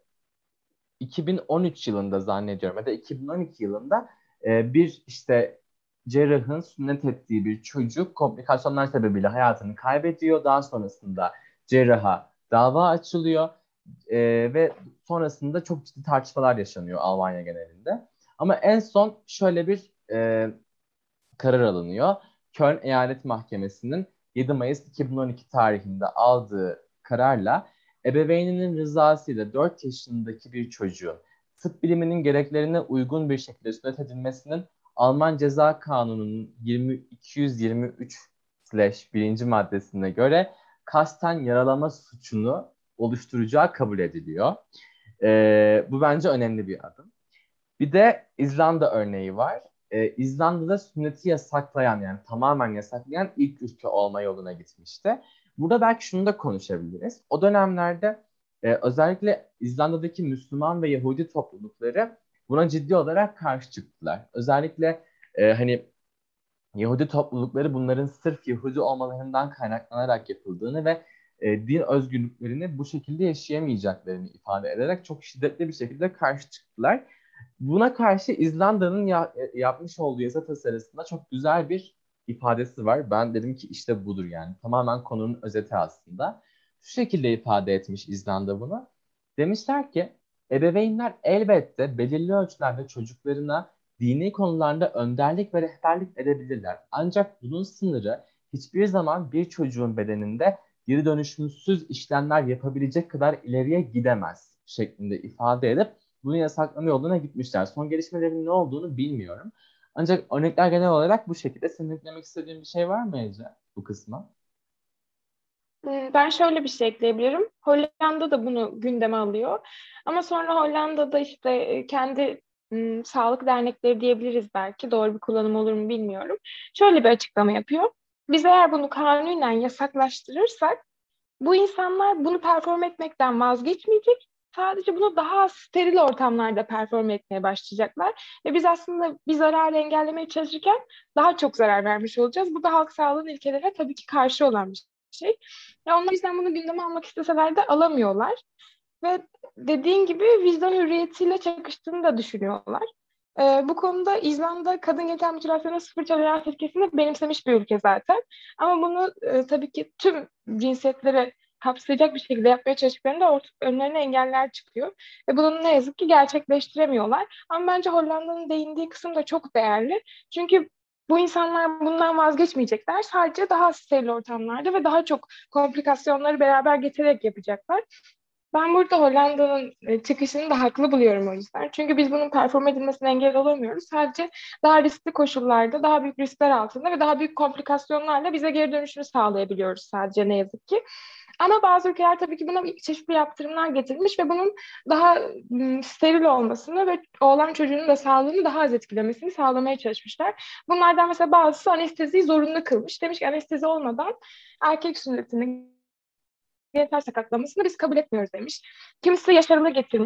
iki bin on üç yılında zannediyorum ya da iki bin on iki yılında e, bir işte cerrahın sünnet ettiği bir çocuk komplikasyonlar sebebiyle hayatını kaybediyor. Daha sonrasında cerraha dava açılıyor e, ve sonrasında çok ciddi tartışmalar yaşanıyor Almanya genelinde. Ama en son şöyle bir e, karar alınıyor. Köln Eyalet Mahkemesi'nin yedi Mayıs iki bin on iki tarihinde aldığı kararla ebeveyninin rızasıyla dört yaşındaki bir çocuğun tıp biliminin gereklerine uygun bir şekilde sünnet edilmesinin Alman Ceza Kanunu'nun iki yüz yirmi üç birinci maddesine göre kasten yaralama suçunu oluşturacağı kabul ediliyor. Ee, bu bence önemli bir adım. Bir de İzlanda örneği var. Ee, İzlanda'da sünneti yasaklayan yani tamamen yasaklayan ilk ülke olma yoluna gitmişti. Burada belki şunu da konuşabiliriz. O dönemlerde e, özellikle İzlanda'daki Müslüman ve Yahudi toplulukları buna ciddi olarak karşı çıktılar. Özellikle e, hani Yahudi toplulukları bunların sırf Yahudi olmalarından kaynaklanarak yapıldığını ve e, din özgürlüklerini bu şekilde yaşayamayacaklarını ifade ederek çok şiddetli bir şekilde karşı çıktılar. Buna karşı İzlanda'nın ya, e, yapmış olduğu yasa tasarısında çok güzel bir ifadesi var. Ben dedim ki işte budur yani. Tamamen konunun özeti aslında. Şu şekilde ifade etmiş İzlanda bunu. Demişler ki ebeveynler elbette belirli ölçülerde çocuklarına dini konularda önderlik ve rehberlik edebilirler. Ancak bunun sınırı hiçbir zaman bir çocuğun bedeninde geri dönüşümsüz işlemler yapabilecek kadar ileriye gidemez şeklinde ifade edip bunu yasaklama yoluna gitmişler. Son gelişmelerin ne olduğunu bilmiyorum. Ancak örnekler genel olarak bu şekilde. Senin eklemek istediğin bir şey var mı Ece bu kısma? Ben şöyle bir şey ekleyebilirim. Hollanda da bunu gündeme alıyor. Ama sonra Hollanda'da işte e, kendi m, sağlık dernekleri diyebiliriz belki. Doğru bir kullanım olur mu bilmiyorum. Şöyle bir açıklama yapıyor. Biz eğer bunu kanunen yasaklaştırırsak bu insanlar bunu perform etmekten vazgeçmeyecek. Sadece bunu daha steril ortamlarda perform etmeye başlayacaklar. Ve biz aslında bir zararı engellemeye çalışırken daha çok zarar vermiş olacağız. Bu da halk sağlığının ilkelerine tabii ki karşı olan bir şey. Ya onlar yüzden bunu gündeme almak isteseler de alamıyorlar. Ve dediğin gibi vicdan hürriyetiyle çakıştığını da düşünüyorlar. Ee, bu konuda İzlanda kadın genital mutilasyona sıfır tolerans ilkesini benimsemiş bir ülke zaten. Ama bunu e, tabii ki tüm cinsiyetlere kapsayacak bir şekilde yapmaya çalıştıklarında ort- önlerine engeller çıkıyor. Ve bunu ne yazık ki gerçekleştiremiyorlar. Ama bence Hollanda'nın değindiği kısım da çok değerli. Çünkü bu insanlar bundan vazgeçmeyecekler. Sadece daha steril ortamlarda ve daha çok komplikasyonları beraber getirerek yapacaklar. Ben burada Hollanda'nın e, çıkışını da haklı buluyorum o yüzden. Çünkü biz bunun perform edilmesine engel olamıyoruz. Sadece daha riskli koşullarda, daha büyük riskler altında ve daha büyük komplikasyonlarla bize geri dönüşünü sağlayabiliyoruz sadece ne yazık ki. Ama bazı ülkeler tabii ki buna çeşitli yaptırımlar getirmiş ve bunun daha m, steril olmasını ve oğlan çocuğunun da sağlığını daha az etkilemesini sağlamaya çalışmışlar. Bunlardan mesela bazısı anesteziyi zorunlu kılmış. Demiş ki anestezi olmadan erkek sünnetini genital sakatlamasını biz kabul etmiyoruz demiş. Kimisi yaşarılı getirmiş.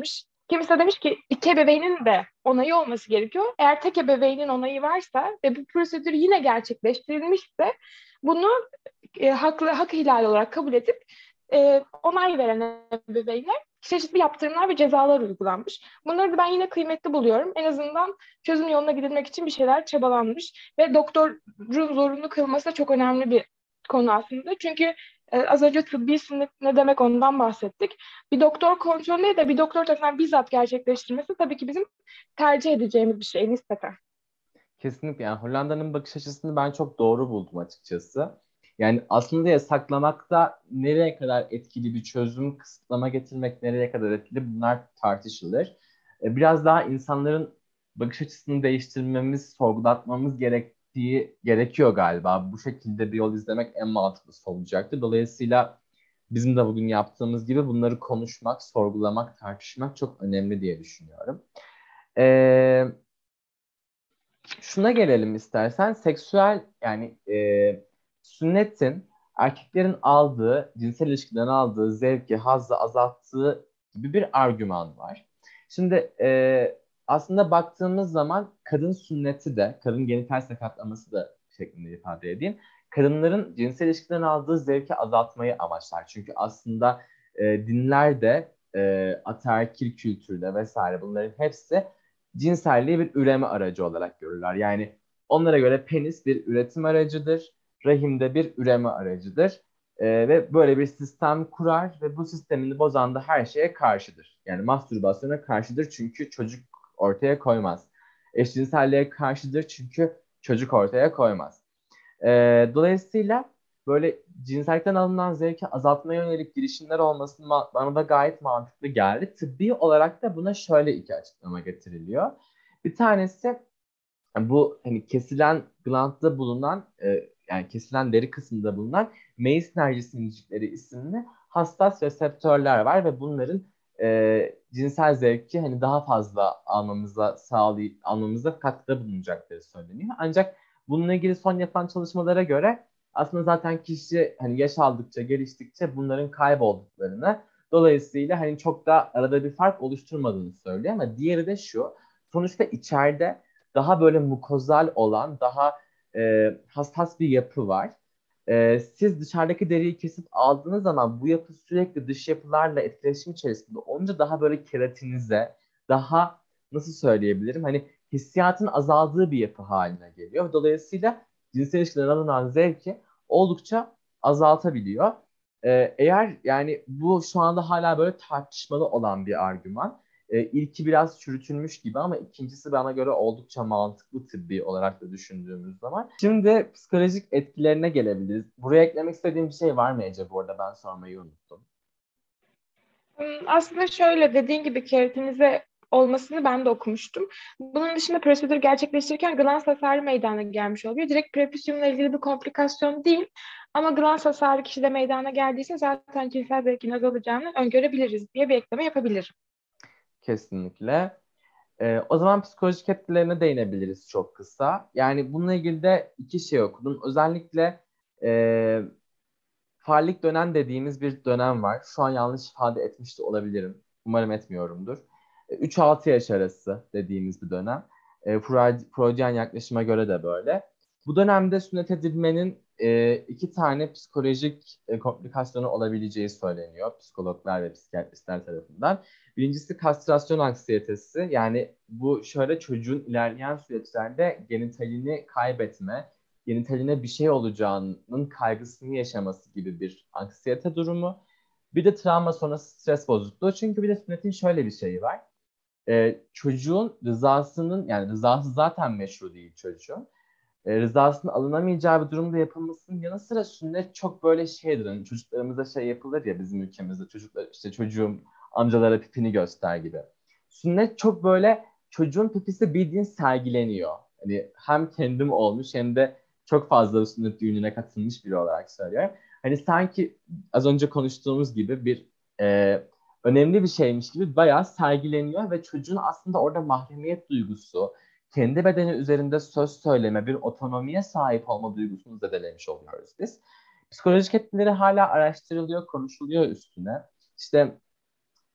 Kimse demiş ki iki ebeveynin de onayı olması gerekiyor. Eğer tek ebeveynin onayı varsa ve bu prosedür yine gerçekleştirilmişse bunu e, haklı hak ihlali olarak kabul edip e, onay veren ebeveynler çeşitli yaptırımlar ve cezalar uygulanmış. Bunları da ben yine kıymetli buluyorum. En azından çözüm yoluna gidilmek için bir şeyler çabalanmış ve doktorun zorunlu kılması da çok önemli bir konu aslında. Çünkü e, az önce tıbbi sünnet ne demek ondan bahsettik. Bir doktor kontrolü de bir doktor tarafından bizzat gerçekleştirmesi tabii ki bizim tercih edeceğimiz bir şey nispeten. Kesinlikle, yani Hollanda'nın bakış açısını ben çok doğru buldum açıkçası. Yani aslında yasaklamakta nereye kadar etkili bir çözüm, kısıtlama getirmek nereye kadar etkili, bunlar tartışılır. E, Biraz daha insanların bakış açısını değiştirmemiz, sorgulatmamız gerektiği gerekiyor galiba. Bu şekilde bir yol izlemek en mantıklısı olacaktır. Dolayısıyla bizim de bugün yaptığımız gibi bunları konuşmak, sorgulamak, tartışmak çok önemli diye düşünüyorum. Ee, Şuna gelelim istersen. Seksüel, yani e, sünnetin erkeklerin aldığı, cinsel ilişkiden aldığı zevki, hazzı azalttığı gibi bir argüman var. Şimdi e, aslında baktığımız zaman kadın sünneti de, kadın genital sakatlaması da şeklinde ifade edeyim. Kadınların cinsel ilişkiden aldığı zevki azaltmayı amaçlar. Çünkü aslında e, dinlerde, e, ataerkil kültürde vesaire, bunların hepsi cinselliği bir üreme aracı olarak görürler. Yani onlara göre penis bir üretim aracıdır, rahim de bir üreme aracıdır. Ee, ve böyle bir sistem kurar ve bu sistemini bozan da her şeye karşıdır. Yani mastürbasyona karşıdır çünkü çocuk ortaya koymaz. Eşcinselliğe karşıdır çünkü çocuk ortaya koymaz. Ee, dolayısıyla böyle cinsellikten alınan zevki azaltmaya yönelik girişimler olması ma- bana da gayet mantıklı geldi. Tıbbi olarak da buna şöyle iki açıklama getiriliyor. Bir tanesi, bu hani kesilen glandda bulunan, e, yani kesilen deri kısmında bulunan Meissner cisimcikleri isimli hassas reseptörler var ve bunların e, cinsel zevki hani daha fazla almamıza sağlay almamıza katkıda bulunacakları söyleniyor. Ancak bununla ilgili son yapılan çalışmalara göre aslında zaten kişi hani yaş aldıkça, geliştikçe bunların kaybolduklarını, dolayısıyla hani çok da arada bir fark oluşturmadığını söylüyor. Ama diğeri de şu: sonuçta içeride daha böyle mukozal olan, daha e, hassas bir yapı var. E, siz dışarıdaki deriyi kesip aldığınız zaman bu yapı sürekli dış yapılarla etkileşim içerisinde olunca daha böyle keratinize, daha, nasıl söyleyebilirim, hani hissiyatın azaldığı bir yapı haline geliyor. Dolayısıyla cinsel ilişkiden alınan zevki oldukça azaltabiliyor. E, eğer yani bu şu anda hala böyle tartışmalı olan bir argüman. E, ilki biraz çürütülmüş gibi ama ikincisi bana göre oldukça mantıklı tıbbi olarak da düşündüğümüz zaman. Şimdi psikolojik etkilerine gelebiliriz. Buraya eklemek istediğim bir şey var mı Ece? Bu arada ben sormayı unuttum. Hmm, Aslında şöyle dediğin gibi keratinize olmasını ben de okumuştum. Bunun dışında prosedür gerçekleştirirken glans hasarı meydana gelmiş oluyor. Direkt prepusyumla ilgili bir komplikasyon değil. Ama glans hasarı kişide meydana geldiyse zaten cinsel zevkin azalacağını öngörebiliriz diye bir ekleme yapabilirim. Kesinlikle. Ee, o zaman psikolojik etkilerine değinebiliriz çok kısa. Yani bununla ilgili de iki şey okudum. Özellikle e, farlik dönem dediğimiz bir dönem var. Şu an yanlış ifade etmiş de olabilirim. Umarım etmiyorumdur. üç altı yaş arası dediğimiz bir dönem. E, Freud, Freudian yaklaşıma göre de böyle. Bu dönemde sünnet edilmenin e, iki tane psikolojik e, komplikasyonu olabileceği söyleniyor psikologlar ve psikiyatristler tarafından. Birincisi kastrasyon anksiyetesi. Yani bu şöyle, çocuğun ilerleyen süreçlerde genitalini kaybetme, genitaline bir şey olacağının kaygısını yaşaması gibi bir anksiyete durumu. Bir de travma sonrası stres bozukluğu. Çünkü bir de sünnetin şöyle bir şeyi var. Ee, çocuğun rızasının, yani rızası zaten meşru değil çocuğun. Ee, rızasının alınamayacağı bir durumda yapılmasının yanı sıra sünnet çok böyle şeydir. Hani çocuklarımıza şey yapılır ya bizim ülkemizde, çocuklar işte çocuğum amcalara pipini göster gibi. Sünnet çok böyle, çocuğun pipisi bildiğin sergileniyor. Hani hem kendim olmuş hem de çok fazla sünnet düğününe katılmış biri olarak söylüyorum. Hani sanki az önce konuştuğumuz gibi bir e, önemli bir şeymiş gibi bayağı sergileniyor ve çocuğun aslında orada mahremiyet duygusu, kendi bedeni üzerinde söz söyleme, bir otonomiye sahip olma duygusunu zedelemiş oluyoruz biz. Psikolojik etkileri hala araştırılıyor, konuşuluyor üstüne. İşte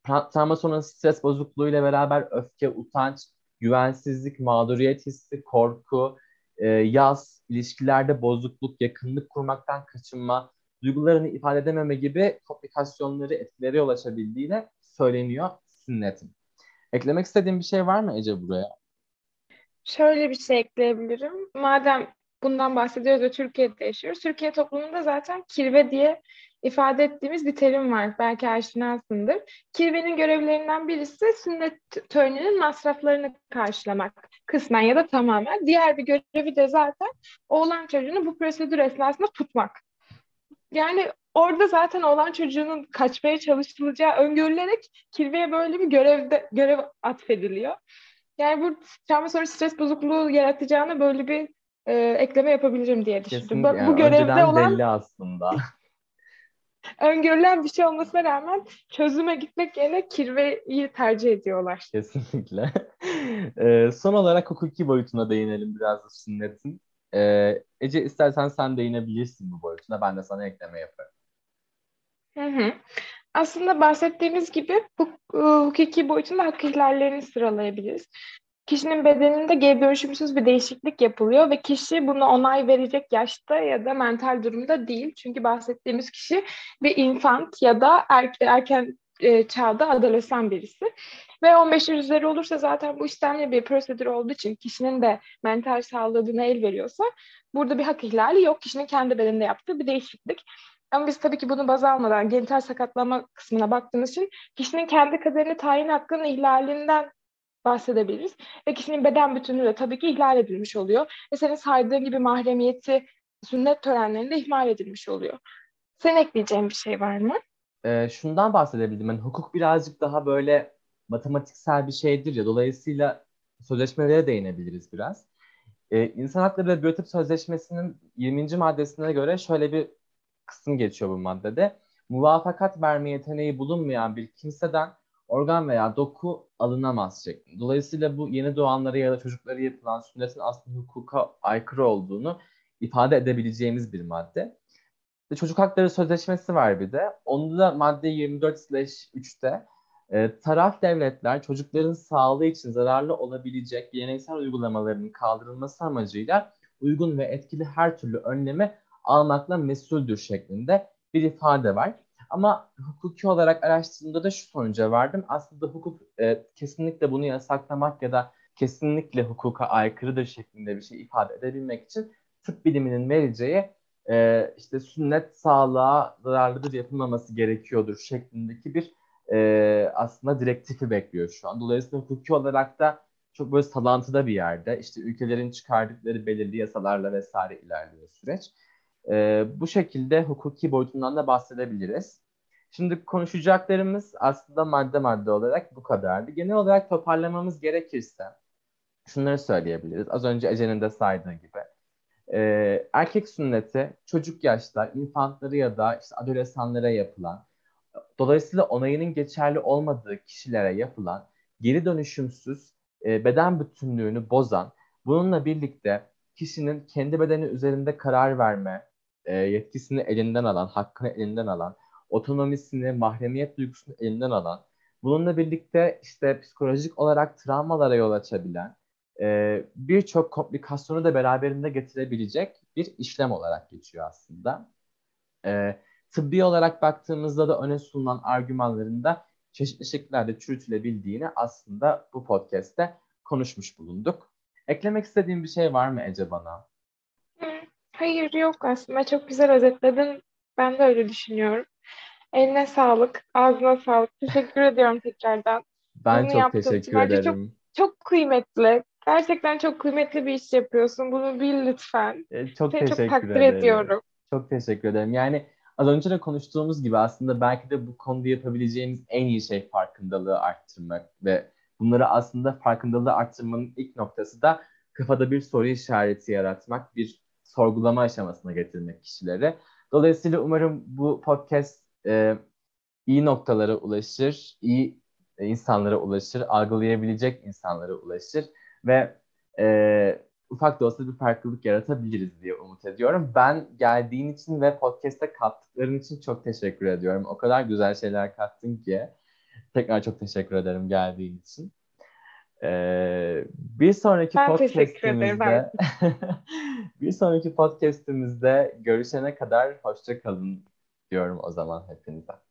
Tra- travma sonrası stres bozukluğuyla beraber öfke, utanç, güvensizlik, mağduriyet hissi, korku, e, yas, ilişkilerde bozukluk, yakınlık kurmaktan kaçınma, duygularını ifade edememe gibi komplikasyonları, etkilere yol açabildiğine söyleniyor sünnetin. Eklemek istediğin bir şey var mı Ece buraya? Şöyle bir şey ekleyebilirim. Madem bundan bahsediyoruz ve Türkiye'de yaşıyoruz. Türkiye toplumunda zaten kirve diye ifade ettiğimiz bir terim var. Belki aşinasındır. Kirvenin görevlerinden birisi sünnet töreninin masraflarını karşılamak. Kısmen ya da tamamen. Diğer bir görevi de zaten oğlan çocuğunu bu prosedür esnasında tutmak. Yani orada zaten oğlan çocuğunun kaçmaya çalışılacağı öngörülerek kirveye böyle bir görevde görev atfediliyor. Yani bu travma sonrası stres bozukluğu yaratacağına böyle bir e, ekleme yapabilirim diye düşündüm. Kesinlikle, Bu, bu yani görevde önceden olan belli aslında. öngörülen bir şey olmasına rağmen çözüme gitmek yerine kirveyi tercih ediyorlar. Kesinlikle. Ee, son olarak hukuki boyutuna değinelim biraz da sünnetin. Ee, Ece istersen sen değinebilirsin bu boyutuna. Ben de sana ekleme yaparım. Hı hı. Aslında bahsettiğimiz gibi bu e, hukuki boyutunda hak ihlallerini sıralayabiliriz. Kişinin bedeninde geri dönüşümsüz bir değişiklik yapılıyor ve kişi buna onay verecek yaşta ya da mental durumda değil. Çünkü bahsettiğimiz kişi bir infant ya da er, erken e, çağda adolesan birisi. Ve on beş yaş üzeri olursa zaten bu istemli bir prosedür olduğu için kişinin de mental sağlığı buna el veriyorsa burada bir hak ihlali yok. Kişinin kendi bedeninde yaptığı bir değişiklik. Ama biz tabii ki bunu baz almadan genital sakatlanma kısmına baktığımız için kişinin kendi kaderini tayin hakkının ihlalinden bahsedebiliriz. Ve kişinin beden bütünlüğü de tabii ki ihlal edilmiş oluyor. Ve senin saydığın gibi mahremiyeti sünnet törenlerinde ihmal edilmiş oluyor. Senin ekleyeceğin bir şey var mı? Ee, şundan bahsedebildim. Yani hukuk birazcık daha böyle matematiksel bir şeydir ya. Dolayısıyla sözleşmelere değinebiliriz biraz. Ee, İnsan Hakları ve Biyotip Sözleşmesi'nin yirminci maddesine göre şöyle bir kısım geçiyor bu maddede. Muvafakat verme yeteneği bulunmayan bir kimseden organ veya doku alınamaz şeklinde. Dolayısıyla bu yeni doğanlara ya da çocuklara yapılan sünnetin aslında hukuka aykırı olduğunu ifade edebileceğimiz bir madde. Ve Çocuk Hakları Sözleşmesi var bir de. Onda da madde yirmi dört üçte e, taraf devletler çocukların sağlığı için zararlı olabilecek geleneksel uygulamaların kaldırılması amacıyla uygun ve etkili her türlü önlemi almakla mesuldür şeklinde bir ifade var. Ama hukuki olarak araştırdığımda da şu sonuca vardım. Aslında hukuk e, kesinlikle bunu yasaklamak ya da kesinlikle hukuka aykırıdır şeklinde bir şey ifade edebilmek için tıp biliminin vereceği e, işte sünnet sağlığa zararlıdır yapılmaması gerekiyordur şeklindeki bir e, aslında direktifi bekliyor şu an. Dolayısıyla hukuki olarak da çok böyle sallantıda bir yerde. İşte ülkelerin çıkardıkları belirli yasalarla vesaire ilerliyor süreç. E, bu şekilde hukuki boyutundan da bahsedebiliriz. Şimdi konuşacaklarımız aslında madde madde olarak bu kadardı. Genel olarak toparlamamız gerekirse şunları söyleyebiliriz. Az önce Ece'nin de saydığı gibi. Ee, erkek sünneti çocuk yaşta infantları ya da işte adolesanlara yapılan, dolayısıyla onayının geçerli olmadığı kişilere yapılan geri dönüşümsüz e, beden bütünlüğünü bozan, bununla birlikte kişinin kendi bedeni üzerinde karar verme e, yetkisini elinden alan, hakkını elinden alan, otonomisini, mahremiyet duygusunu elinden alan, bununla birlikte işte psikolojik olarak travmalara yol açabilen, e, birçok komplikasyonu da beraberinde getirebilecek bir işlem olarak geçiyor aslında. E, Tıbbi olarak baktığımızda da öne sunulan argümanların da çeşitli şekillerde çürütülebildiğini aslında bu podcast'te konuşmuş bulunduk. Eklemek istediğin bir şey var mı Ece bana? Hı, hayır yok aslında çok güzel özetledin. Ben de öyle düşünüyorum. Eline sağlık, ağzına sağlık. Teşekkür ediyorum tekrardan. Ben Bunu çok yaptığın için teşekkür bence çok ederim. çok kıymetli. Gerçekten çok kıymetli bir iş yapıyorsun. Bunu bil lütfen. E, çok Seni çok teşekkür takdir ederim. ediyorum. Çok teşekkür ederim. Yani az önce de konuştuğumuz gibi aslında belki de bu konuda yapabileceğimiz en iyi şey farkındalığı arttırmak ve bunları aslında farkındalığı arttırmanın ilk noktası da kafada bir soru işareti yaratmak, bir sorgulama aşamasına getirmek kişileri. Dolayısıyla umarım bu podcast e, iyi noktalara ulaşır, iyi e, insanlara ulaşır, algılayabilecek insanlara ulaşır ve e, ufak da olsa bir farklılık yaratabiliriz diye umut ediyorum. Ben geldiğin için ve podcast'te kattıkların için çok teşekkür ediyorum. O kadar güzel şeyler kattın ki. Tekrar çok teşekkür ederim geldiğin için. Ee, bir sonraki Ben teşekkür ederim. podcast'imizde bir sonraki podcast'imizde görüşene kadar hoşça kalın diyorum o zaman hepinize.